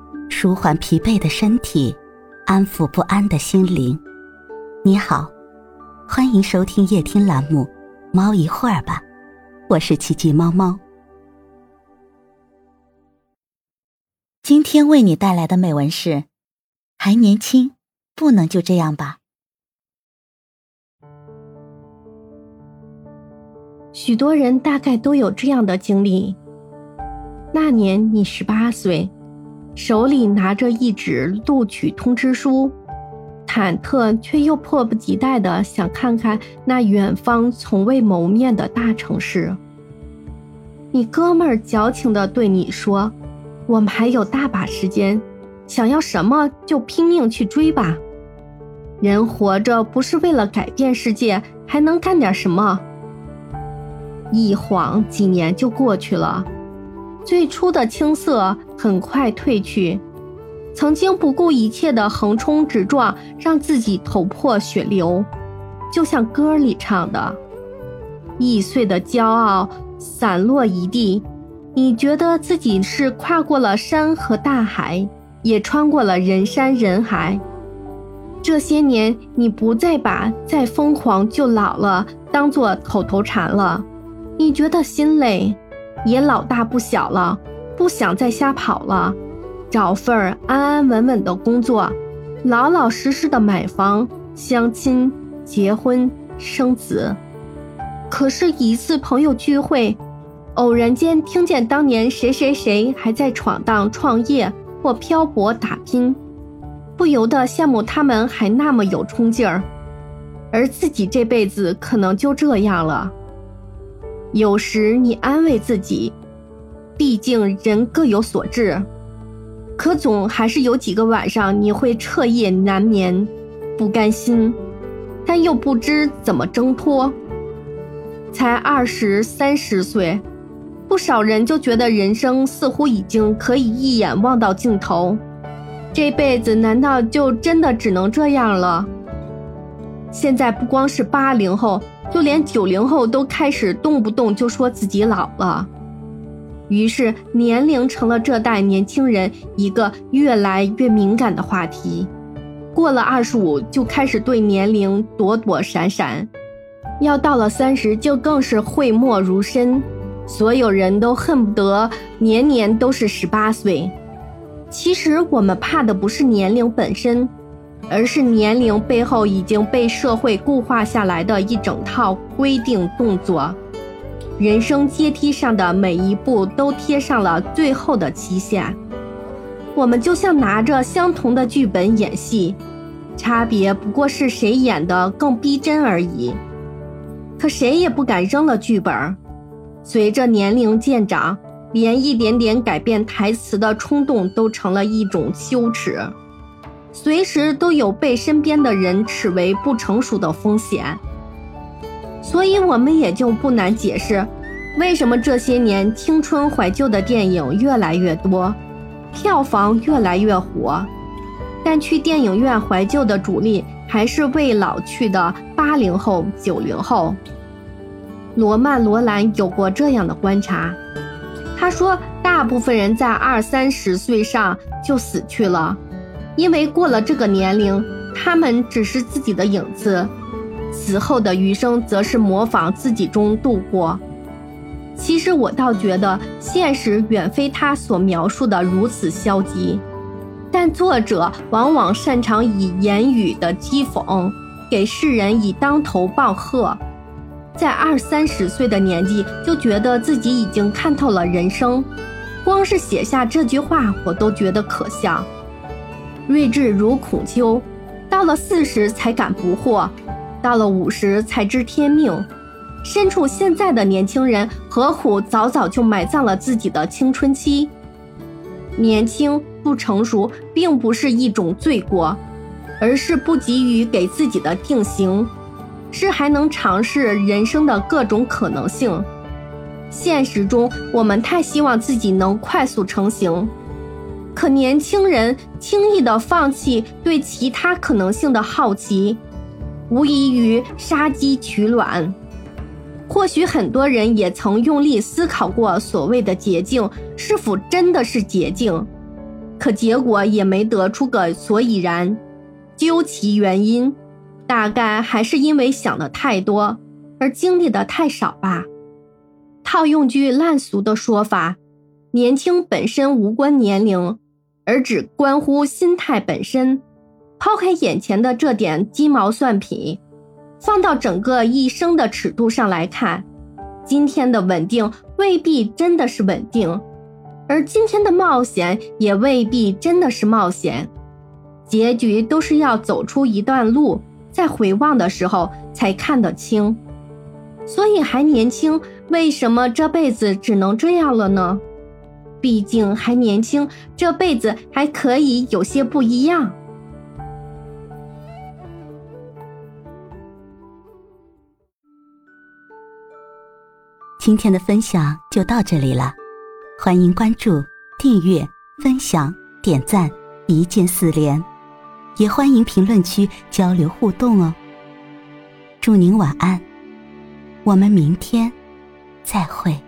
舒缓疲惫的身体，安抚不安的心灵。你好，欢迎收听夜听栏目《猫一会儿吧》，我是奇迹猫猫。今天为你带来的美文是：还年轻，不能就这样吧。 许多人大概都有这样的经历。那年你18岁，手里拿着一纸录取通知书，忐忑却又迫不及待地想看看那远方从未谋面的大城市。你哥们儿矫情地对你说，我们还有大把时间，想要什么就拼命去追吧。人活着不是为了改变世界，还能干点什么？一晃几年就过去了，最初的青涩很快褪去，曾经不顾一切的横冲直撞，让自己头破血流，就像歌里唱的，易碎的骄傲散落一地。你觉得自己是跨过了山和大海，也穿过了人山人海。这些年你不再把再疯狂就老了当作口头禅了，你觉得心累，也老大不小了，不想再瞎跑了，找份安安稳稳的工作，老老实实的买房、相亲、结婚、生子。可是一次朋友聚会，偶然间听见当年谁谁谁还在闯荡创业或漂泊打拼，不由得羡慕他们还那么有冲劲儿，而自己这辈子可能就这样了。有时你安慰自己，毕竟人各有所志，可总还是有几个晚上你会彻夜难眠，不甘心，但又不知怎么挣脱。才20、30岁，不少人就觉得人生似乎已经可以一眼望到尽头，这辈子难道就真的只能这样了？现在不光是80后，就连90后都开始动不动就说自己老了。于是年龄成了这代年轻人一个越来越敏感的话题，过了25就开始对年龄躲躲闪闪，要到了30就更是讳莫如深，所有人都恨不得年年都是18岁。其实我们怕的不是年龄本身，而是年龄背后已经被社会固化下来的一整套规定动作，人生阶梯上的每一步都贴上了最后的期限。我们就像拿着相同的剧本演戏，差别不过是谁演得更逼真而已。可谁也不敢扔了剧本，随着年龄渐长，连一点点改变台词的冲动都成了一种羞耻，随时都有被身边的人斥为不成熟的风险。所以我们也就不难解释，为什么这些年青春怀旧的电影越来越多，票房越来越火，但去电影院怀旧的主力还是为老去的80后、90后。罗曼·罗兰有过这样的观察，他说大部分人在20、30岁上就死去了，因为过了这个年龄，他们只是自己的影子，死后的余生则是模仿自己中度过。其实我倒觉得现实远非他所描述的如此消极，但作者往往擅长以言语的讥讽给世人以当头棒喝。在20、30岁的年纪就觉得自己已经看透了人生，光是写下这句话我都觉得可笑。睿智如孔丘，到了40才敢不惑，到了50才知天命。身处现在的年轻人何苦早早就埋葬了自己的青春期？年轻不成熟并不是一种罪过，而是不急于给自己的定型，是还能尝试人生的各种可能性。现实中我们太希望自己能快速成型，可年轻人轻易地放弃对其他可能性的好奇，无异于杀鸡取卵。或许很多人也曾用力思考过所谓的捷径是否真的是捷径， 可结果也没得出个所以然。究其原因，大概还是因为想的太多，而经历的太少吧。套用句烂俗的说法，年轻本身无关年龄，而只关乎心态本身。抛开眼前的这点鸡毛蒜皮，放到整个一生的尺度上来看，今天的稳定未必真的是稳定，而今天的冒险也未必真的是冒险。结局都是要走出一段路，在回望的时候才看得清。所以还年轻，为什么这辈子只能这样了呢？毕竟还年轻，这辈子还可以有些不一样。 今天的分享就到这里了，欢迎关注、订阅、分享、点赞，一键4连，也欢迎评论区交流互动哦。祝您晚安，我们明天再会。